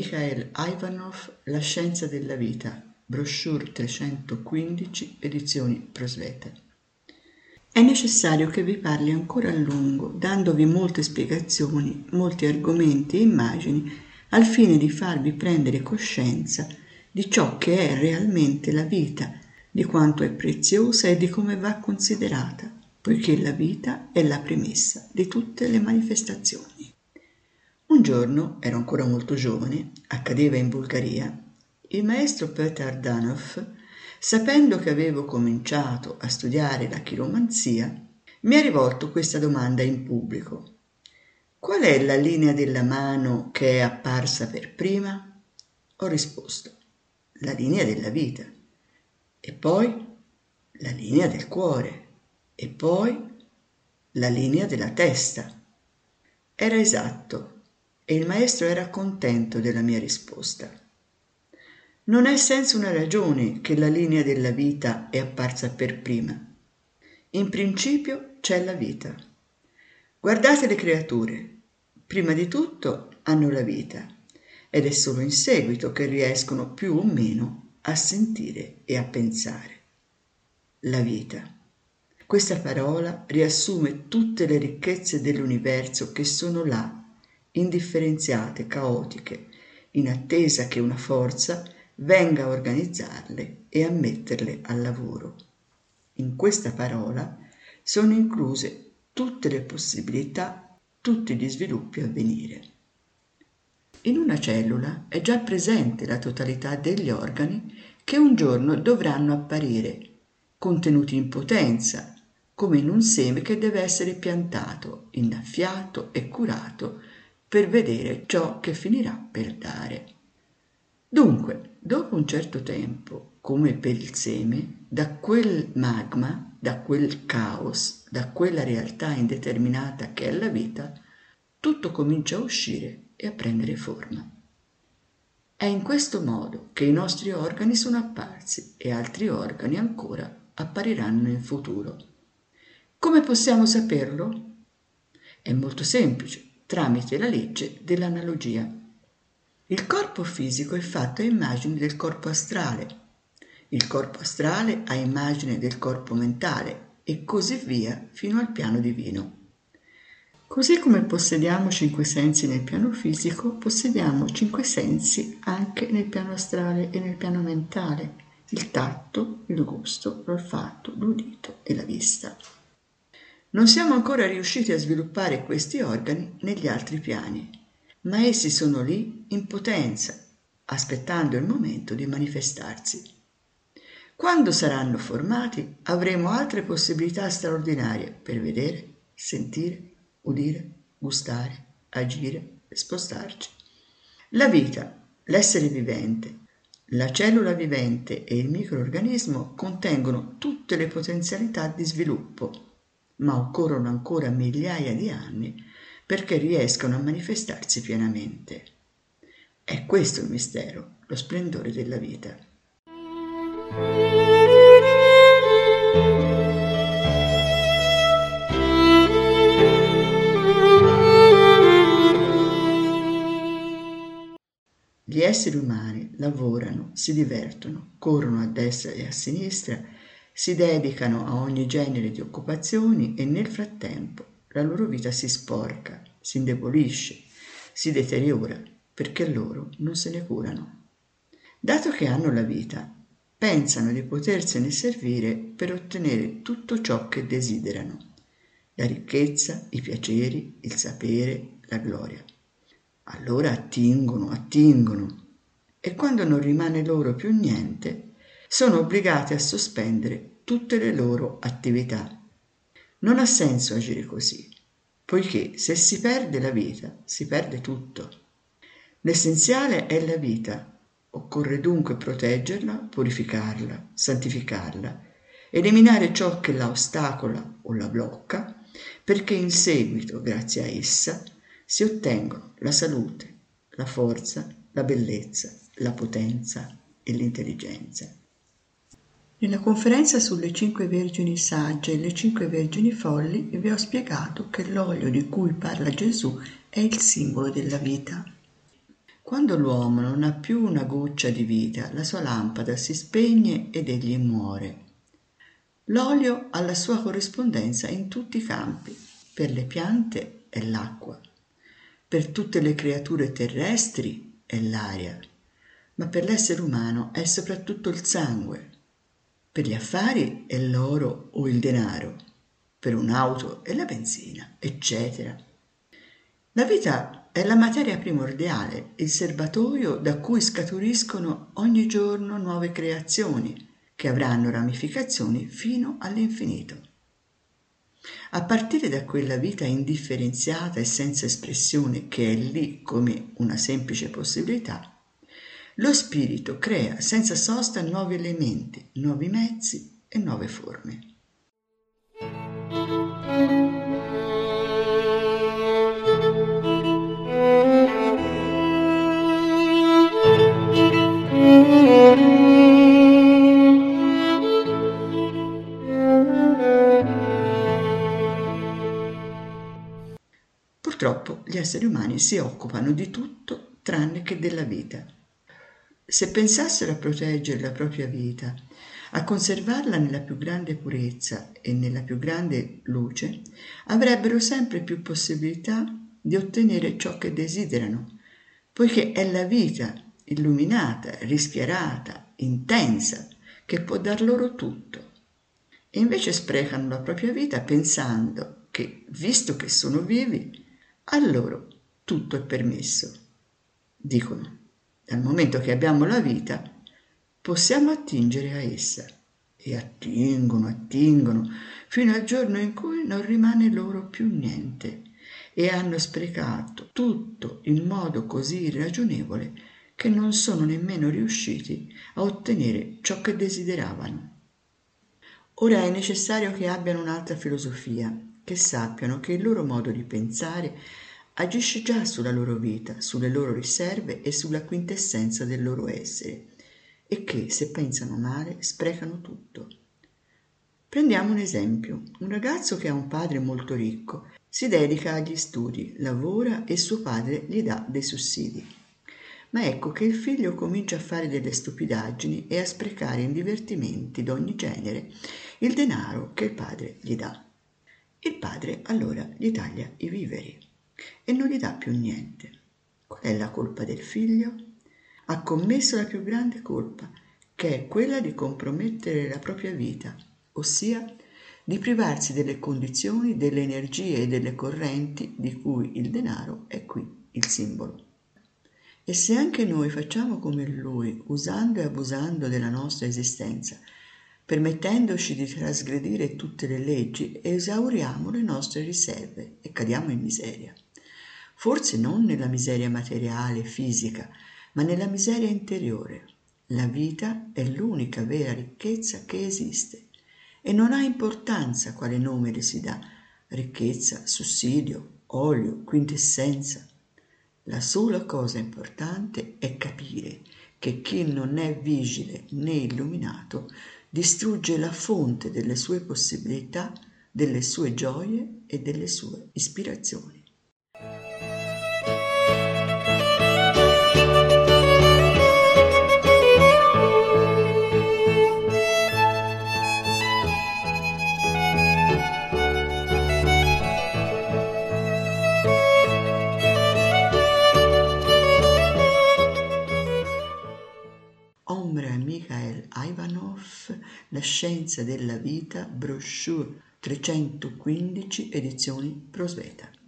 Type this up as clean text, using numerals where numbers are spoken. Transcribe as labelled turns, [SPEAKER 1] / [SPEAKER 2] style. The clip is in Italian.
[SPEAKER 1] Mikhail Ivanov, La scienza della vita, brochure 315, edizioni Prosveta. È necessario che vi parli ancora a lungo, dandovi molte spiegazioni, molti argomenti e immagini, al fine di farvi prendere coscienza di ciò che è realmente la vita, di quanto è preziosa e di come va considerata, poiché la vita è la premessa di tutte le manifestazioni. Un giorno, ero ancora molto giovane, accadeva in Bulgaria, il maestro Peter Danov, sapendo che avevo cominciato a studiare la chiromanzia, mi ha rivolto questa domanda in pubblico. Qual è la linea della mano che è apparsa per prima? Ho risposto, la linea della vita, e poi la linea del cuore, e poi la linea della testa. Era esatto, e il maestro era contento della mia risposta. Non è senza una ragione che la linea della vita è apparsa per prima. In principio c'è la vita. Guardate le creature. Prima di tutto hanno la vita ed è solo in seguito che riescono più o meno a sentire e a pensare. La vita. Questa parola riassume tutte le ricchezze dell'universo che sono là, indifferenziate, caotiche, in attesa che una forza venga a organizzarle e a metterle al lavoro. In questa parola sono incluse tutte le possibilità, tutti gli sviluppi a venire. In una cellula è già presente la totalità degli organi che un giorno dovranno apparire, contenuti in potenza, come in un seme che deve essere piantato, innaffiato e curato per vedere ciò che finirà per dare. Dunque, dopo un certo tempo, come per il seme, da quel magma, da quel caos, da quella realtà indeterminata che è la vita, tutto comincia a uscire e a prendere forma. È in questo modo che i nostri organi sono apparsi e altri organi ancora appariranno in futuro. Come possiamo saperlo? È molto semplice, tramite la legge dell'analogia. Il corpo fisico è fatto a immagine del corpo astrale, il corpo astrale a immagine del corpo mentale e così via fino al piano divino. Così come possediamo 5 sensi nel piano fisico, possediamo 5 sensi anche nel piano astrale e nel piano mentale, il tatto, il gusto, l'olfatto, l'udito e la vista. Non siamo ancora riusciti a sviluppare questi organi negli altri piani, ma essi sono lì in potenza, aspettando il momento di manifestarsi. Quando saranno formati, avremo altre possibilità straordinarie per vedere, sentire, udire, gustare, agire e spostarci. La vita, l'essere vivente, la cellula vivente e il microorganismo contengono tutte le potenzialità di sviluppo, ma occorrono ancora migliaia di anni perché riescano a manifestarsi pienamente. È questo il mistero, lo splendore della vita. Gli esseri umani lavorano, si divertono, corrono a destra e a sinistra, si dedicano a ogni genere di occupazioni e nel frattempo la loro vita si sporca, si indebolisce, si deteriora perché loro non se ne curano. Dato che hanno la vita, pensano di potersene servire per ottenere tutto ciò che desiderano, la ricchezza, i piaceri, il sapere, la gloria. Allora attingono e quando non rimane loro più niente, sono obbligati a sospendere tutte le loro attività. Non ha senso agire così, poiché se si perde la vita, si perde tutto. L'essenziale è la vita, occorre dunque proteggerla, purificarla, santificarla, eliminare ciò che la ostacola o la blocca, perché in seguito, grazie a essa, si ottengono la salute, la forza, la bellezza, la potenza e l'intelligenza. Nella conferenza sulle 5 vergini sagge e le 5 vergini folli vi ho spiegato che l'olio di cui parla Gesù è il simbolo della vita. Quando l'uomo non ha più una goccia di vita, la sua lampada si spegne ed egli muore. L'olio ha la sua corrispondenza in tutti i campi. Per le piante è l'acqua, per tutte le creature terrestri è l'aria, ma per l'essere umano è soprattutto il sangue. Per gli affari è l'oro o il denaro, per un'auto è la benzina, eccetera. La vita è la materia primordiale, il serbatoio da cui scaturiscono ogni giorno nuove creazioni che avranno ramificazioni fino all'infinito. A partire da quella vita indifferenziata e senza espressione che è lì come una semplice possibilità, lo spirito crea senza sosta nuovi elementi, nuovi mezzi e nuove forme. Purtroppo gli esseri umani si occupano di tutto tranne che della vita. Se pensassero a proteggere la propria vita, a conservarla nella più grande purezza e nella più grande luce, avrebbero sempre più possibilità di ottenere ciò che desiderano, poiché è la vita illuminata, rischiarata, intensa, che può dar loro tutto. E invece sprecano la propria vita pensando che, visto che sono vivi, a loro tutto è permesso. Dicono, dal momento che abbiamo la vita, possiamo attingere a essa. E attingono, fino al giorno in cui non rimane loro più niente. E hanno sprecato tutto in modo così irragionevole che non sono nemmeno riusciti a ottenere ciò che desideravano. Ora è necessario che abbiano un'altra filosofia, che sappiano che il loro modo di pensare agisce già sulla loro vita, sulle loro riserve e sulla quintessenza del loro essere, e che, se pensano male, sprecano tutto. Prendiamo un esempio. Un ragazzo che ha un padre molto ricco si dedica agli studi, lavora e suo padre gli dà dei sussidi. Ma ecco che il figlio comincia a fare delle stupidaggini e a sprecare in divertimenti d'ogni genere il denaro che il padre gli dà. Il padre allora gli taglia i viveri e non gli dà più niente. Qual è la colpa del figlio? Ha commesso la più grande colpa, che è quella di compromettere la propria vita, ossia di privarsi delle condizioni, delle energie e delle correnti di cui il denaro è qui il simbolo. E se anche noi facciamo come lui, usando e abusando della nostra esistenza, permettendoci di trasgredire tutte le leggi, esauriamo le nostre riserve e cadiamo in miseria. Forse non nella miseria materiale, fisica, ma nella miseria interiore. La vita è l'unica vera ricchezza che esiste e non ha importanza quale nome le si dà: ricchezza, sussidio, olio, quintessenza. La sola cosa importante è capire che chi non è vigile né illuminato distrugge la fonte delle sue possibilità, delle sue gioie e delle sue ispirazioni. Omra Mikhail Ivanov, La scienza della vita, brochure 315, edizioni Prosveta.